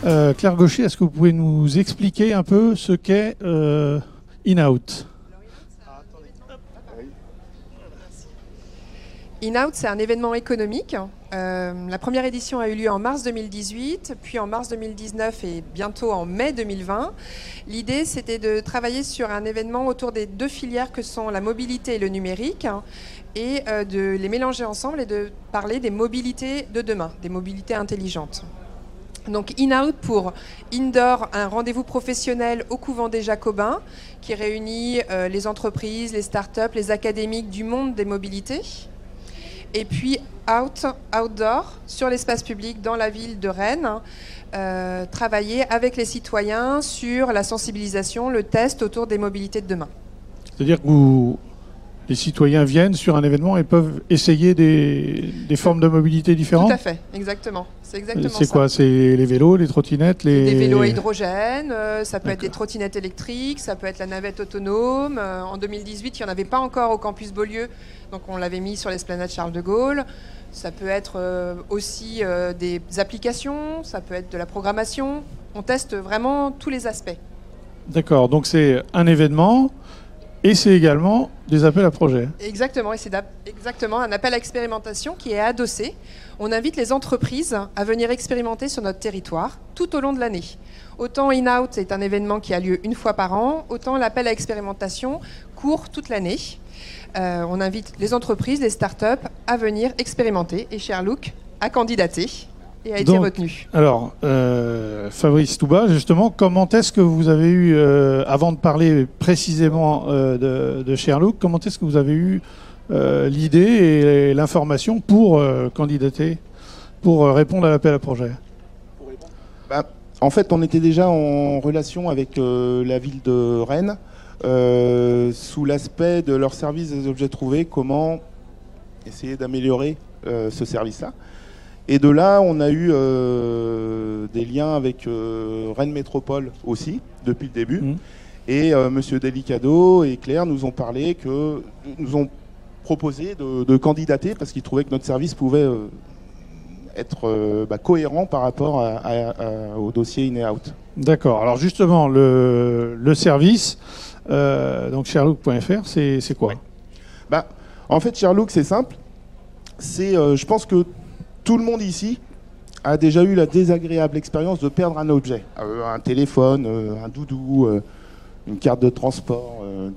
Claire Gaucher, est-ce que vous pouvez nous expliquer un peu ce qu'est In-Out? In-Out, c'est un événement économique. La première édition a eu lieu en mars 2018, puis en mars 2019 et bientôt en mai 2020. L'idée, c'était de travailler sur un événement autour des deux filières que sont la mobilité et le numérique, et de les mélanger ensemble et de parler des mobilités de demain, des mobilités intelligentes. Donc In-Out pour Indoor, un rendez-vous professionnel au couvent des Jacobins qui réunit les entreprises, les startups, les académiques du monde des mobilités. Et puis Outdoor, sur l'espace public dans la ville de Rennes, travailler avec les citoyens sur la sensibilisation, le test autour des mobilités de demain. C'est-à-dire que les citoyens viennent sur un événement et peuvent essayer des formes de mobilité différentes? Tout à fait, exactement. C'est exactement ça. C'est quoi? C'est les vélos, les trottinettes, Des vélos à hydrogène, ça peut être des trottinettes électriques, ça peut être la navette autonome. En 2018, il n'y en avait pas encore au campus Beaulieu, donc on l'avait mis sur l'esplanade Charles de Gaulle. Ça peut être aussi des applications, ça peut être de la programmation. On teste vraiment tous les aspects. D'accord, donc c'est un événement et c'est également des appels à projets. Exactement, et c'est exactement un appel à expérimentation qui est adossé. On invite les entreprises à venir expérimenter sur notre territoire tout au long de l'année. Autant In-Out est un événement qui a lieu une fois par an, autant l'appel à expérimentation court toute l'année. On invite les entreprises, les startups à venir expérimenter et Sherlock a candidaté et a été retenu. Alors, Fabrice Touba, justement, comment est-ce que vous avez eu, avant de parler précisément de Sherlock, comment est-ce que vous avez eu l'idée et l'information pour candidater, pour répondre à l'appel à projet? En fait, on était déjà en relation avec la ville de Rennes, sous l'aspect de leur service des objets trouvés, comment essayer d'améliorer ce service-là. Et de là, on a eu des liens avec Rennes Métropole aussi, depuis le début. Et Monsieur Delicado et Claire nous ont proposé de candidater parce qu'ils trouvaient que notre service pouvait être cohérent par rapport au dossier In-Out. D'accord. Alors justement, le service, donc Sherlock.fr, c'est quoi? En fait, Sherlock, c'est simple. Je pense que tout le monde ici a déjà eu la désagréable expérience de perdre un objet. Un téléphone, un doudou, une carte de transport,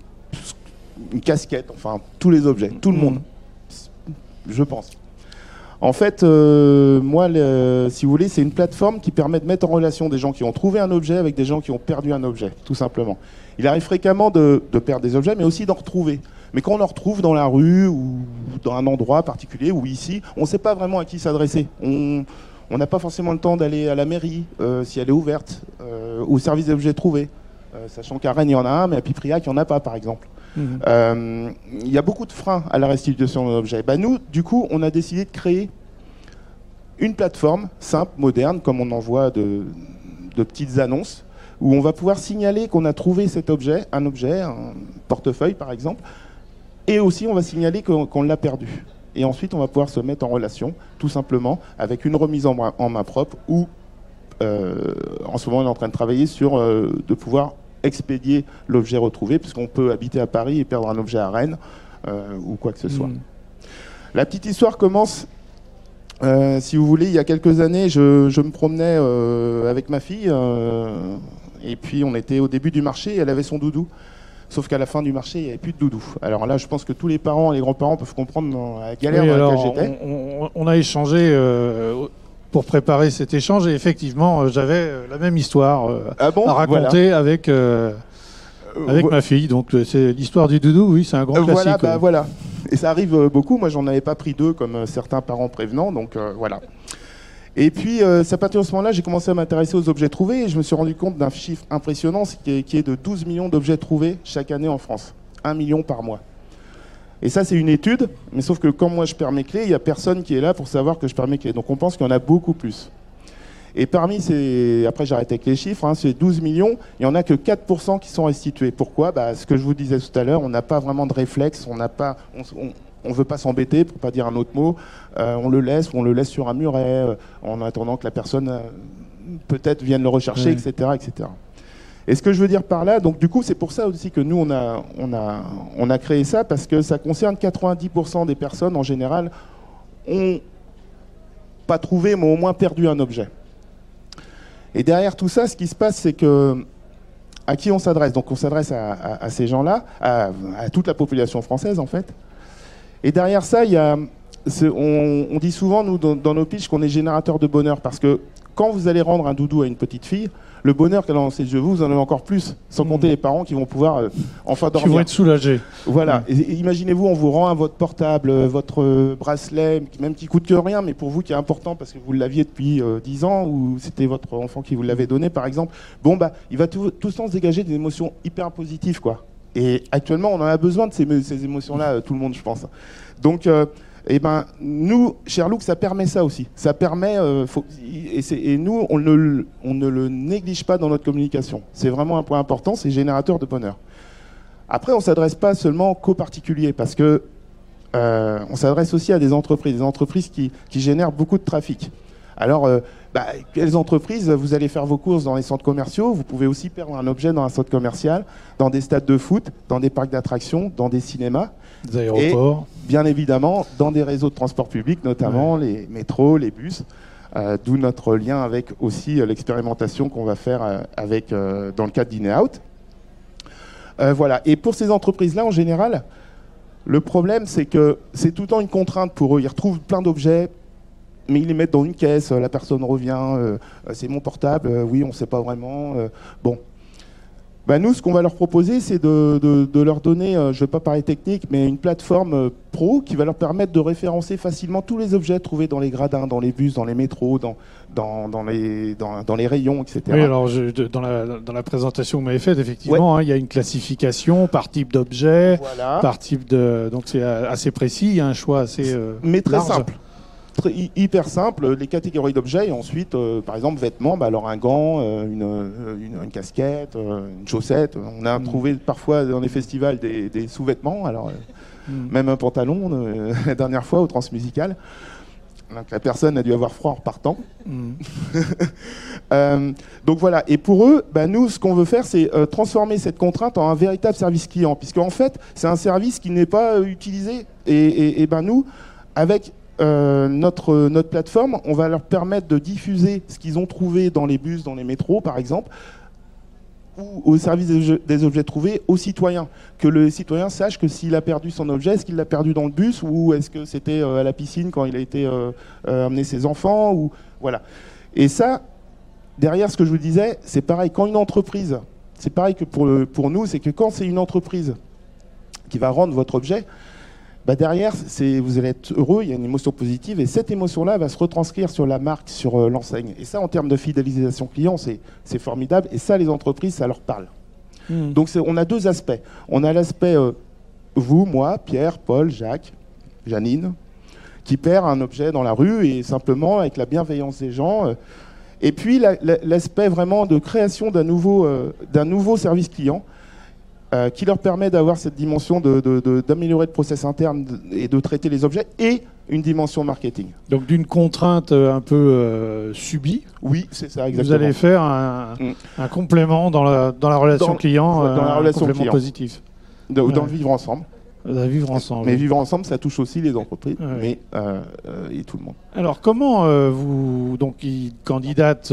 une casquette, enfin tous les objets, tout le monde, je pense. En fait, moi, si vous voulez, c'est une plateforme qui permet de mettre en relation des gens qui ont trouvé un objet avec des gens qui ont perdu un objet, tout simplement. Il arrive fréquemment de perdre des objets, mais aussi d'en retrouver. Mais quand on en retrouve dans la rue ou dans un endroit particulier, ou ici, on ne sait pas vraiment à qui s'adresser. On n'a pas forcément le temps d'aller à la mairie, si elle est ouverte, au service des objets trouvés. Sachant qu'à Rennes, il y en a un, mais à Pipriac, il n'y en a pas, par exemple. Il y a beaucoup de freins à la restitution d'un objet. Nous, du coup, on a décidé de créer une plateforme simple, moderne, comme on en voit de petites annonces, où on va pouvoir signaler qu'on a trouvé cet objet, un portefeuille par exemple, et aussi on va signaler qu'on l'a perdu. Et ensuite, on va pouvoir se mettre en relation, tout simplement, avec une remise en main propre, ou en ce moment, on est en train de travailler sur de pouvoir expédier l'objet retrouvé, puisqu'on peut habiter à Paris et perdre un objet à Rennes, ou quoi que ce soit. La petite histoire commence, si vous voulez, il y a quelques années, je me promenais avec ma fille, et puis on était au début du marché, et elle avait son doudou. Sauf qu'à la fin du marché, il n'y avait plus de doudou. Alors là, je pense que tous les parents et les grands-parents peuvent comprendre dans la galère dans laquelle j'étais. On a échangé pour préparer cet échange, et effectivement, j'avais la même histoire à raconter avec ma fille. Donc c'est l'histoire du doudou, oui, c'est un grand classique. Voilà. Et ça arrive beaucoup. Moi, j'en avais pas pris deux comme certains parents prévenants. Donc voilà. Et puis, c'est à partir de ce moment-là, j'ai commencé à m'intéresser aux objets trouvés et je me suis rendu compte d'un chiffre impressionnant qui est de 12 millions d'objets trouvés chaque année en France. 1 million par mois. Et ça, c'est une étude, mais sauf que quand moi je perds mes clés, il n'y a personne qui est là pour savoir que je perds mes clés. Donc on pense qu'il y en a beaucoup plus. Et parmi ces... Après, j'arrête avec les chiffres, ces 12 millions, il n'y en a que 4% qui sont restitués. Pourquoi ? Ce que je vous disais tout à l'heure, on n'a pas vraiment de réflexe, on ne veut pas s'embêter, pour ne pas dire un autre mot. On le laisse sur un muret, en attendant que la personne peut-être viennent le rechercher, etc., etc. Et ce que je veux dire par là, donc du coup, c'est pour ça aussi que nous, on a créé ça, parce que ça concerne 90% des personnes, en général, ont pas trouvé, mais au moins perdu un objet. Et derrière tout ça, ce qui se passe, c'est que à qui on s'adresse? Donc on s'adresse à ces gens-là, à toute la population française, en fait. Et derrière ça, il y a, on dit souvent, nous, dans nos pitchs, qu'on est générateur de bonheur, parce que quand vous allez rendre un doudou à une petite fille, le bonheur qu'elle a dans ses yeux, vous en avez encore plus, sans compter les parents qui vont pouvoir enfin dormir. Qui vont être soulagés. Voilà. Et imaginez-vous, on vous rend votre portable, votre bracelet, même qui coûte que rien, mais pour vous qui est important parce que vous l'aviez depuis 10 ans ou c'était votre enfant qui vous l'avait donné, par exemple. Bon, bah, il va tout le temps se dégager des émotions hyper positives, quoi. Et actuellement, on en a besoin de ces émotions-là, tout le monde, je pense. Donc, eh ben, nous, Sherlock, ça permet ça aussi. Ça permet, et nous, on ne le néglige pas dans notre communication. C'est vraiment un point important, c'est générateur de bonheur. Après, on ne s'adresse pas seulement qu'aux particuliers, parce que on s'adresse aussi à des entreprises qui génèrent beaucoup de trafic. Alors, quelles entreprises? Vous allez faire vos courses dans les centres commerciaux, vous pouvez aussi perdre un objet dans un centre commercial, dans des stades de foot, dans des parcs d'attractions, dans des cinémas. Des aéroports. Et, bien évidemment, dans des réseaux de transport public, notamment les métros, les bus. D'où notre lien avec aussi l'expérimentation qu'on va faire dans le cadre d'InEout. Voilà. Et pour ces entreprises-là, en général, le problème, c'est que c'est tout le temps une contrainte pour eux. Ils retrouvent plein d'objets, mais ils les mettent dans une caisse, la personne revient, c'est mon portable, oui, on ne sait pas vraiment. Bon. Ben nous, ce qu'on va leur proposer, c'est de leur donner, je ne vais pas parler technique, mais une plateforme pro qui va leur permettre de référencer facilement tous les objets trouvés dans les gradins, dans les bus, dans les métros, dans les rayons, etc. Oui, alors dans la présentation que vous m'avez faite, effectivement, il y a une classification par type d'objet, voilà. par type de... Donc c'est assez précis, il y a un choix assez mais très large. Simple. Hyper simple, les catégories d'objets, et ensuite, par exemple, vêtements, alors un gant, une casquette, une chaussette. On a trouvé parfois dans les festivals des sous-vêtements, alors même un pantalon, la dernière fois au Transmusical. Donc la personne a dû avoir froid en repartant. Donc voilà, et pour eux, nous, ce qu'on veut faire, c'est transformer cette contrainte en un véritable service client, puisque en fait, c'est un service qui n'est pas utilisé. Et nous, avec notre plateforme, on va leur permettre de diffuser ce qu'ils ont trouvé dans les bus, dans les métros par exemple, ou au service des objets trouvés aux citoyens. Que le citoyen sache que s'il a perdu son objet, est-ce qu'il l'a perdu dans le bus ou est-ce que c'était à la piscine quand il a été amener ses enfants ou... Voilà. Et ça, derrière ce que je vous disais, c'est pareil. Quand une entreprise, c'est pareil que pour nous, c'est que quand c'est une entreprise qui va rendre votre objet, derrière, vous allez être heureux, il y a une émotion positive, et cette émotion-là va se retranscrire sur la marque, sur l'enseigne. Et ça, en termes de fidélisation client, c'est formidable, et ça, les entreprises, ça leur parle. Donc on a deux aspects. On a l'aspect, vous, moi, Pierre, Paul, Jacques, Janine, qui perd un objet dans la rue, et simplement, avec la bienveillance des gens. Et puis, l'aspect vraiment de création d'un nouveau service client, qui leur permet d'avoir cette dimension d'améliorer le process interne et de traiter les objets, et une dimension marketing. Donc d'une contrainte un peu subie, oui, c'est ça, exactement. Vous allez faire un complément dans la relation client, dans la relation un complément client. Positif. Dans le vivre ensemble. Vivre ensemble. Mais vivre ensemble, ça touche aussi les entreprises, mais et tout le monde. Alors comment vous candidate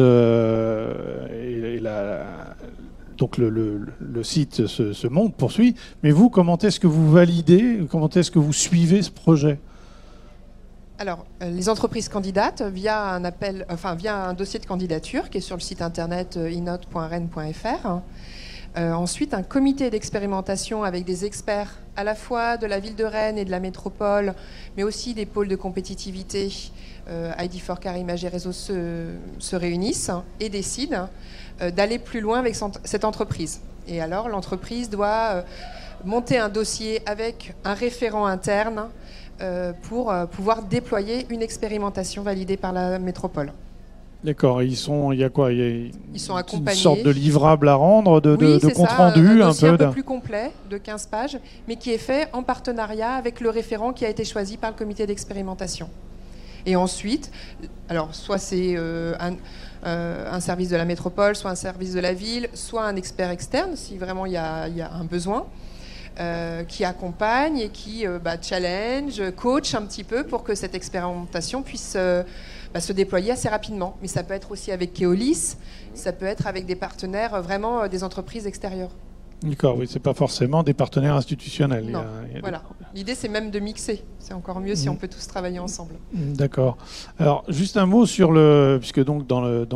donc le site se monte, poursuit, mais vous, comment est-ce que vous validez, comment est-ce que vous suivez ce projet? Alors, les entreprises candidatent via un dossier de candidature qui est sur le site internet inote.rennes.fr. Ensuite, un comité d'expérimentation avec des experts à la fois de la ville de Rennes et de la métropole, mais aussi des pôles de compétitivité, ID4Car Image et Réseau se réunissent et décident d'aller plus loin avec cette entreprise. Et alors, l'entreprise doit monter un dossier avec un référent interne pour pouvoir déployer une expérimentation validée par la métropole. D'accord, ils sont accompagnés. Une sorte de livrable à rendre, de compte rendu, un peu plus complet, de 15 pages, mais qui est fait en partenariat avec le référent qui a été choisi par le comité d'expérimentation. Et ensuite, alors soit c'est un service de la métropole, soit un service de la ville, soit un expert externe, si vraiment il y a un besoin, qui accompagne et qui challenge, coach un petit peu pour que cette expérimentation puisse se déployer assez rapidement. Mais ça peut être aussi avec Keolis, ça peut être avec des partenaires, vraiment des entreprises extérieures. D'accord, oui, c'est pas forcément des partenaires institutionnels. Non, voilà. L'idée, c'est même de mixer. C'est encore mieux si on peut tous travailler ensemble. D'accord. Alors, juste un mot sur puisque donc dans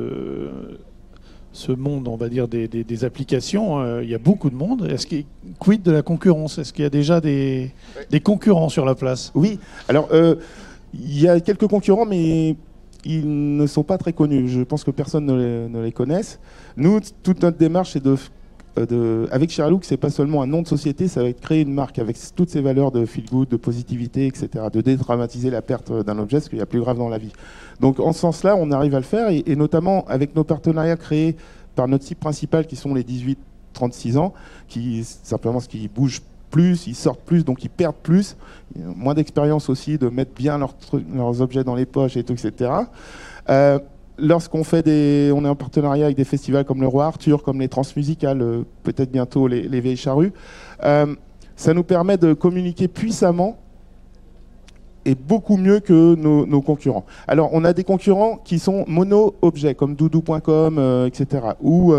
ce monde, on va dire, des applications, il y a beaucoup de monde. Quid de la concurrence? Est-ce qu'il y a déjà des concurrents sur la place? Oui, alors il y a quelques concurrents, mais ils ne sont pas très connus. Je pense que personne ne les connaisse. Nous, toute notre démarche, c'est avec Sherlock, c'est pas seulement un nom de société, ça va être créer une marque avec toutes ces valeurs de feel good, de positivité, etc., de dédramatiser la perte d'un objet, ce qu'il y a plus grave dans la vie. Donc en ce sens-là, on arrive à le faire, et notamment avec nos partenariats créés par notre cible principale, qui sont les 18-36 ans, qui simplement ce qui bougent plus, ils sortent plus, donc ils perdent plus, moins d'expérience aussi, de mettre bien leurs objets dans les poches, et tout, etc. Lorsqu'on on est en partenariat avec des festivals comme le Roi Arthur, comme les Transmusicales, peut-être bientôt les Vieilles Charrues, ça nous permet de communiquer puissamment et beaucoup mieux que nos concurrents. Alors, on a des concurrents qui sont mono-objets, comme doudou.com, etc. Ou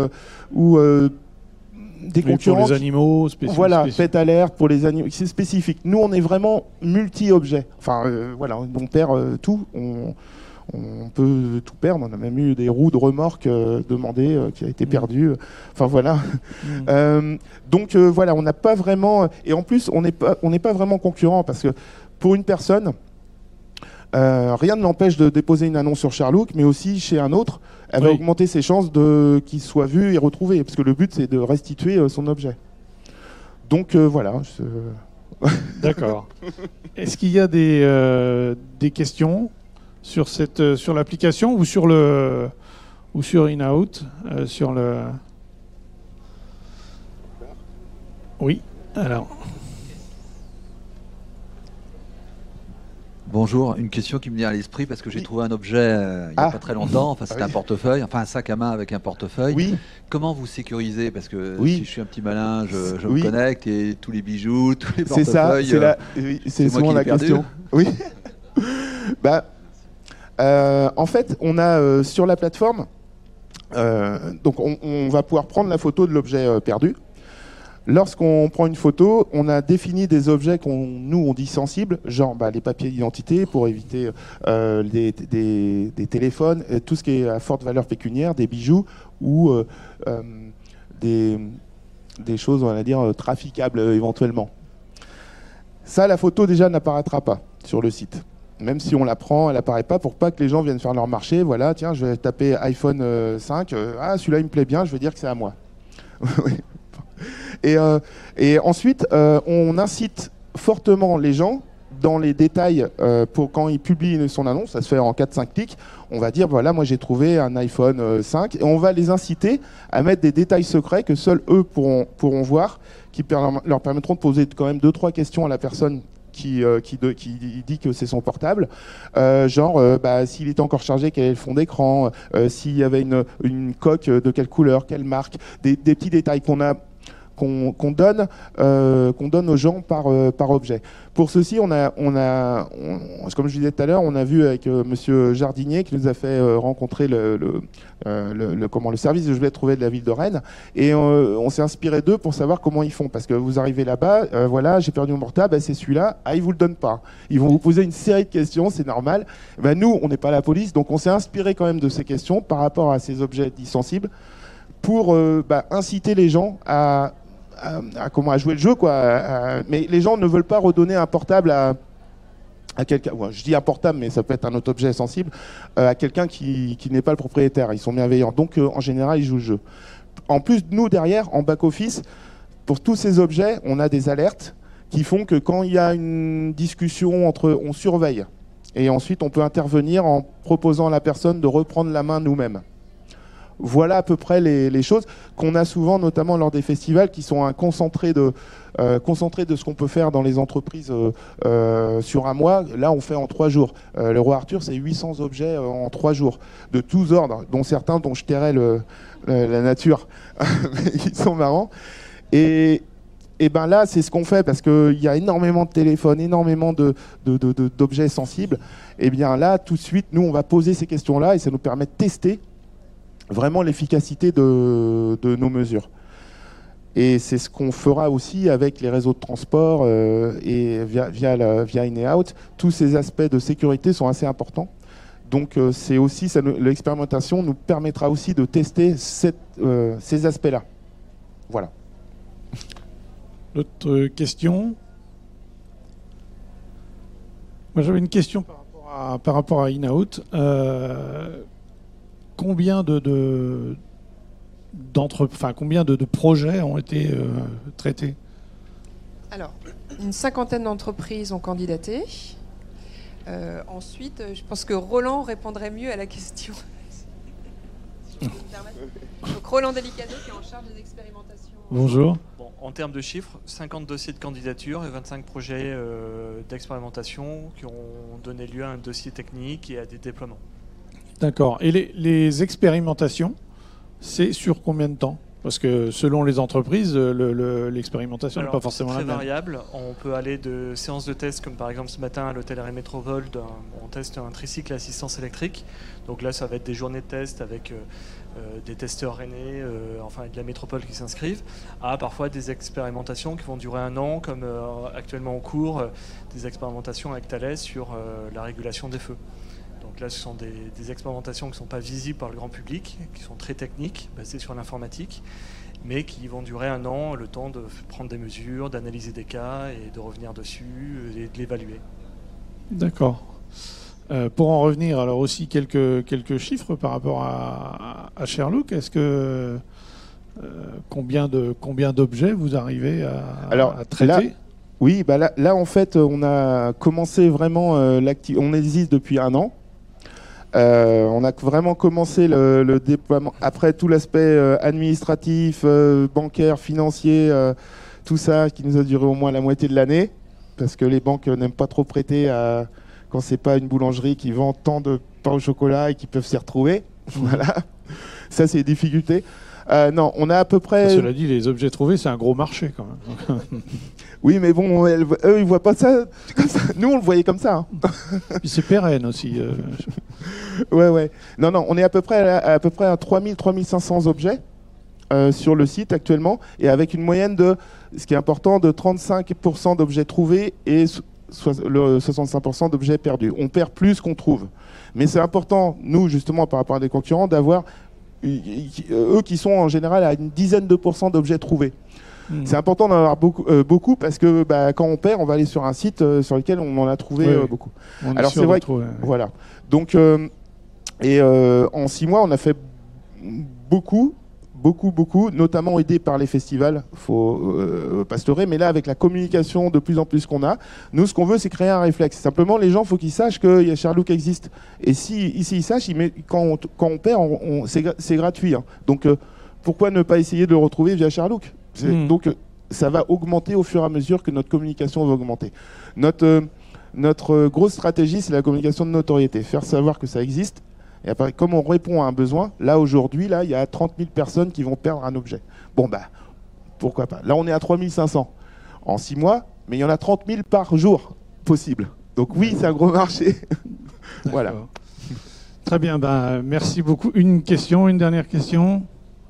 des concurrents pour les animaux spécifiques. Voilà, Pet Alert pour les animaux, c'est spécifique. Nous, on est vraiment multi-objets. Enfin, voilà, on perd tout. On peut tout perdre. On a même eu des roues de remorque demandées qui a été perdues. Enfin voilà. Donc voilà, on n'a pas vraiment. Et en plus, on n'est pas vraiment concurrent parce que pour une personne, rien ne l'empêche de déposer une annonce sur Sherlock, mais aussi chez un autre, elle va augmenter ses chances qu'il soit vu et retrouvé, parce que le but c'est de restituer son objet. Donc voilà. D'accord. Est-ce qu'il y a des questions sur l'application ou sur In-Out, sur le... Oui, alors. Bonjour, une question qui me vient à l'esprit parce que j'ai trouvé un objet il n'y a pas très longtemps, enfin c'était un portefeuille, enfin un sac à main avec un portefeuille. Oui. Comment vous sécurisez? Parce que si je suis un petit malin, je me connecte et tous les bijoux, tous les portefeuilles... C'est ça, c'est souvent la question. Oui. En fait, on a sur la plateforme, donc on va pouvoir prendre la photo de l'objet perdu. Lorsqu'on prend une photo, on a défini des objets on dit sensibles, genre les papiers d'identité pour éviter des téléphones, tout ce qui est à forte valeur pécuniaire, des bijoux ou des choses, on va dire, traficables éventuellement. Ça, la photo déjà n'apparaîtra pas sur le site. Même si on la prend, elle n'apparaît pas pour pas que les gens viennent faire leur marché. Voilà, tiens, je vais taper iPhone 5. Celui-là, il me plaît bien, je vais dire que c'est à moi. Et ensuite, on incite fortement les gens dans les détails pour quand ils publient son annonce. Ça se fait en 4-5 clics. On va dire, voilà, moi j'ai trouvé un iPhone 5. Et on va les inciter à mettre des détails secrets que seuls eux pourront voir, qui leur permettront de poser quand même 2-3 questions à la personne qui dit que c'est son portable, s'il était encore chargé, quel est le fond d'écran, s'il y avait une coque de quelle couleur, quelle marque, des petits détails qu'on donne aux gens par objet. Pour ceci, comme je disais tout à l'heure, on a vu avec Monsieur Jardinier qui nous a fait rencontrer le service de je vais trouver de la ville de Rennes, et on s'est inspiré d'eux pour savoir comment ils font, parce que vous arrivez là-bas, voilà, j'ai perdu mon portable, c'est celui-là, ils vous le donnent pas. Ils vont vous poser une série de questions, c'est normal. Nous, on n'est pas la police, donc on s'est inspiré quand même de ces questions par rapport à ces objets dits sensibles pour inciter les gens à jouer le jeu, quoi. Mais les gens ne veulent pas redonner un portable à quelqu'un. Ouais, je dis un portable, mais ça peut être un autre objet sensible, à quelqu'un qui n'est pas le propriétaire. Ils sont bienveillants. Donc, en général, ils jouent le jeu. En plus, nous, derrière, en back-office, pour tous ces objets, on a des alertes qui font que quand il y a une discussion on surveille. Et ensuite, on peut intervenir en proposant à la personne de reprendre la main nous-mêmes. voilà à peu près les choses qu'on a souvent, notamment lors des festivals, qui sont un concentré de ce qu'on peut faire dans les entreprises sur un mois. Là, on fait en 3 jours. Le Roi Arthur, c'est 800 objets en 3 jours, de tous ordres, dont certains dont je tairais la nature. Ils sont marrants. Et ben là, c'est ce qu'on fait, parce qu'il y a énormément de téléphones, énormément d'objets sensibles. Et bien là, tout de suite, nous, on va poser ces questions-là, et ça nous permet de tester vraiment l'efficacité de nos mesures. Et c'est ce qu'on fera aussi avec les réseaux de transport et via In et Out. Tous ces aspects de sécurité sont assez importants. Donc c'est aussi l'expérimentation nous permettra aussi de tester ces aspects-là. Voilà. D'autres questions? Moi, j'avais une question par rapport à In-Out. Combien combien de projets ont été traités? Alors, une 50aine d'entreprises ont candidaté. Ensuite, je pense que Roland répondrait mieux à la question. Si je peux me permettre. Donc, Roland Delicado, qui est en charge des expérimentations. Bonjour. Bon, en termes de chiffres, 50 dossiers de candidature et 25 projets d'expérimentation qui ont donné lieu à un dossier technique et à des déploiements. D'accord. Et les expérimentations, c'est sur combien de temps? Parce que selon les entreprises, l'expérimentation n'est pas forcément la même. C'est très variable. On peut aller de séances de tests, comme par exemple ce matin à l'hôtellerie Métropole, on teste un tricycle à assistance électrique. Donc là, ça va être des journées de tests avec des testeurs rennais, enfin de la métropole qui s'inscrivent, à parfois des expérimentations qui vont durer 1 an, comme actuellement en cours, des expérimentations avec Thales sur la régulation des feux. Donc là, ce sont des expérimentations qui ne sont pas visibles par le grand public, qui sont très techniques, basées sur l'informatique, mais qui vont durer 1 an, le temps de prendre des mesures, d'analyser des cas et de revenir dessus et de l'évaluer. D'accord. Pour en revenir, alors aussi quelques chiffres par rapport à Sherlock. Est-ce que combien d'objets vous arrivez à traiter? Oui, bah là en fait, on a commencé vraiment on existe depuis 1 an. On a vraiment commencé le déploiement. Après tout l'aspect administratif, bancaire, financier, tout ça qui nous a duré au moins la moitié de l'année, parce que les banques n'aiment pas trop prêter quand c'est pas une boulangerie qui vend tant de pain au chocolat et qui peuvent s'y retrouver. Voilà. Ça, c'est les difficultés. Non, on a à peu près... Cela dit, les objets trouvés, c'est un gros marché quand même. Oui, mais bon, eux, ils voient pas ça comme ça. Nous, on le voyait comme ça. Hein. Puis c'est pérenne aussi. Ouais. Non, on est à peu près à 3500 objets sur le site actuellement, et avec une moyenne de, ce qui est important, de 35% d'objets trouvés et le 65% d'objets perdus. On perd plus qu'on trouve. Mais c'est important, nous, justement, par rapport à des concurrents, d'avoir eux qui sont en général à une dizaine de pourcents d'objets trouvés. C'est important d'en avoir beaucoup parce que quand on perd, on va aller sur un site sur lequel on en a trouvé beaucoup. Alors c'est vrai voilà. Donc en 6 mois, on a fait beaucoup, notamment aidé par les festivals, faut pas se leurrer, mais là avec la communication de plus en plus qu'on a, nous ce qu'on veut c'est créer un réflexe. Simplement les gens, faut qu'ils sachent que Sherlock existe. Et si ils sachent, quand on perd, c'est gratuit. Hein. Donc pourquoi ne pas essayer de le retrouver via Sherlock? Donc ça va augmenter au fur et à mesure que notre communication va augmenter. Notre grosse stratégie, c'est la communication de notoriété, faire savoir que ça existe. Et après, comme on répond à un besoin, là aujourd'hui, il y a 30 000 personnes qui vont perdre un objet. Bon pourquoi pas. Là on est à 3500 en 6 mois, mais il y en a 30 000 par jour possible. Donc oui, c'est un gros marché. Voilà. Très bien, merci beaucoup. Une dernière question.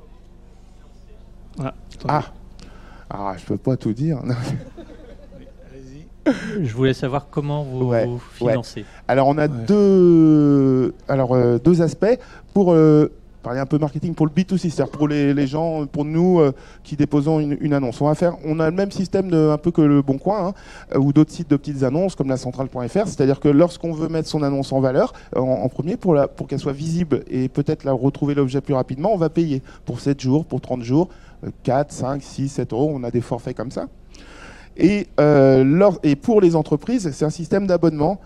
Je peux pas tout dire. Allez-y. Je voulais savoir comment vous financez. Ouais. Alors on a deux aspects pour parler un peu marketing pour le B2C, c'est-à-dire pour les gens, pour nous qui déposons une annonce. On a le même système un peu que le Bon Coin ou d'autres sites de petites annonces comme la centrale.fr, c'est-à-dire que lorsqu'on veut mettre son annonce en valeur, en premier pour qu'elle soit visible et peut-être retrouver l'objet plus rapidement, on va payer pour 7 jours, pour 30 jours, 4, 5, 6, 7 euros, on a des forfaits comme ça. Et pour les entreprises, c'est un système d'abonnement.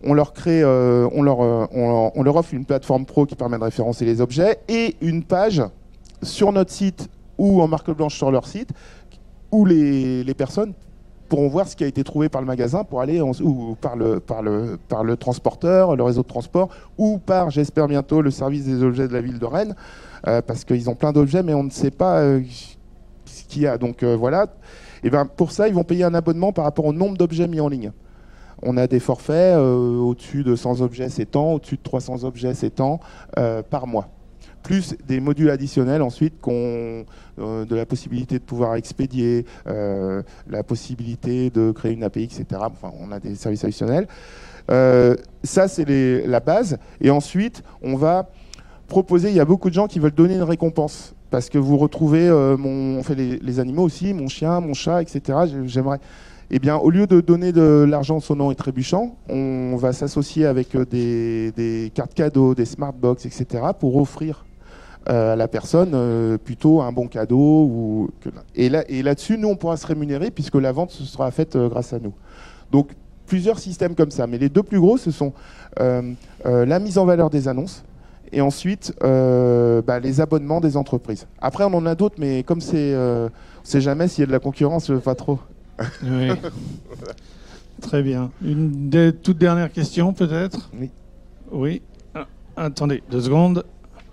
on leur crée, on leur offre une plateforme pro qui permet de référencer les objets et une page sur notre site ou en marque blanche sur leur site où les personnes pourront voir ce qui a été trouvé par le magasin pour aller ou par le transporteur, le réseau de transport, ou par, j'espère bientôt, le service des objets de la ville de Rennes, parce qu'ils ont plein d'objets, mais on ne sait pas ce qu'il y a. Donc voilà. Et ben, pour ça, ils vont payer un abonnement par rapport au nombre d'objets mis en ligne. On a des forfaits, au-dessus de 100 objets, c'est tant, au-dessus de 300 objets, c'est tant, par mois. Plus des modules additionnels ensuite, de la possibilité de pouvoir expédier, la possibilité de créer une API, etc. Enfin, on a des services additionnels. Ça, c'est la base. Et ensuite, on va proposer, il y a beaucoup de gens qui veulent donner une récompense. Parce que vous retrouvez, on fait les animaux aussi, mon chien, mon chat, etc. J'aimerais... Eh bien, au lieu de donner de l'argent sonnant et trébuchant, on va s'associer avec des cartes cadeaux, des smartbox, etc. pour offrir à la personne plutôt un bon cadeau. Et là-dessus, nous, on pourra se rémunérer puisque la vente sera faite grâce à nous. Donc, plusieurs systèmes comme ça. Mais les deux plus gros, ce sont la mise en valeur des annonces et ensuite les abonnements des entreprises. Après, on en a d'autres, mais comme c'est... on ne sait jamais s'il y a de la concurrence, pas trop. Oui. Très bien. Une toute dernière question, peut-être ? Oui. Oui. Ah, attendez, 2 secondes.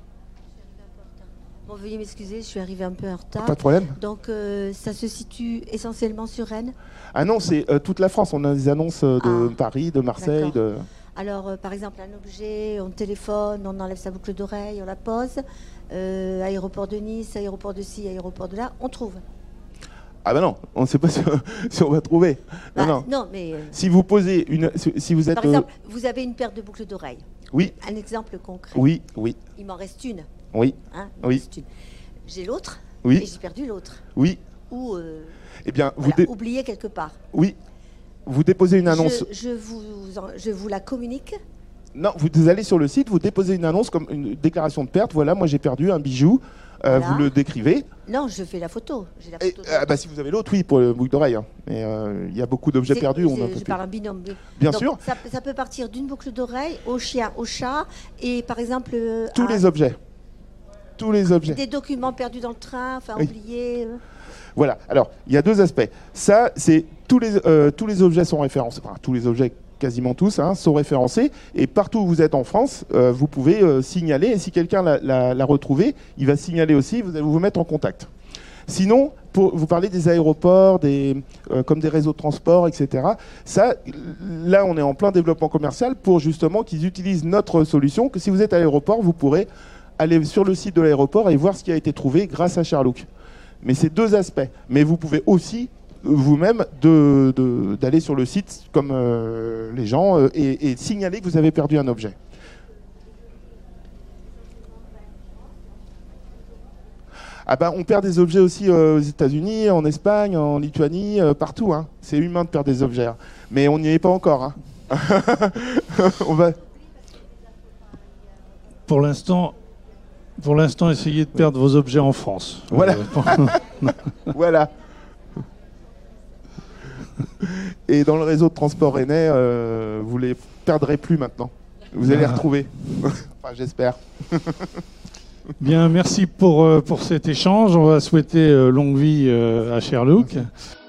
Bon, veuillez m'excuser, je suis arrivée un peu en retard. Pas de problème. Donc, ça se situe essentiellement sur Rennes ? Ah non, c'est toute la France. On a des annonces de Paris, de Marseille. Alors, par exemple, un objet, on téléphone, on enlève sa boucle d'oreille, on la pose. Aéroport de Nice, aéroport de ci, aéroport de là, on trouve. Ah ben non, on ne sait pas si on va trouver. Non, mais... Si vous posez si vous êtes... Par exemple, vous avez une paire de boucles d'oreilles. Oui. Un exemple concret. Oui. Il m'en reste une. Oui. Hein, oui. J'ai l'autre. Oui. Et j'ai perdu l'autre. Oui. Ou eh bien, oublié quelque part. Oui. Vous déposez une annonce. Je vous la communique. Non, vous allez sur le site, vous déposez une annonce comme une déclaration de perte. Voilà, moi j'ai perdu un bijou. Voilà. Vous le décrivez. Non, je fais la photo. J'ai la photo si vous avez l'autre, oui, pour le boucle d'oreille. Hein. Mais il y a beaucoup d'objets perdus. Je parle en binôme. Bien donc, sûr. Ça peut partir d'une boucle d'oreille au chien, au chat, et par exemple... Tous les objets. Tous les objets. Des documents perdus dans le train, enfin oubliés. Voilà. Alors, il y a 2 aspects. Ça, c'est tous les objets sont référencés. Enfin, tous les objets, quasiment tous, sont référencés. Et partout où vous êtes en France, vous pouvez signaler. Et si quelqu'un l'a retrouvé, il va signaler aussi. Vous allez vous mettre en contact. Sinon, vous parlez des aéroports, comme des réseaux de transport, etc. Ça, là, on est en plein développement commercial pour justement qu'ils utilisent notre solution. Que si vous êtes à l'aéroport, vous pourrez aller sur le site de l'aéroport et voir ce qui a été trouvé grâce à Sherlock. Mais c'est 2 aspects. Mais vous pouvez aussi vous-même d'aller sur le site comme les gens et signaler que vous avez perdu un objet. Ah ben, on perd des objets aussi aux États-Unis, en Espagne, en Lituanie, partout. Hein. C'est humain de perdre des objets. Hein. Mais on n'y est pas encore. Hein. On va... Pour l'instant, essayez de perdre vos objets en France. Voilà. Voilà. Et dans le réseau de transport rennais, vous les perdrez plus maintenant. Vous allez les retrouver. Enfin, j'espère. Bien, merci pour cet échange. On va souhaiter longue vie à Sherlock. Merci.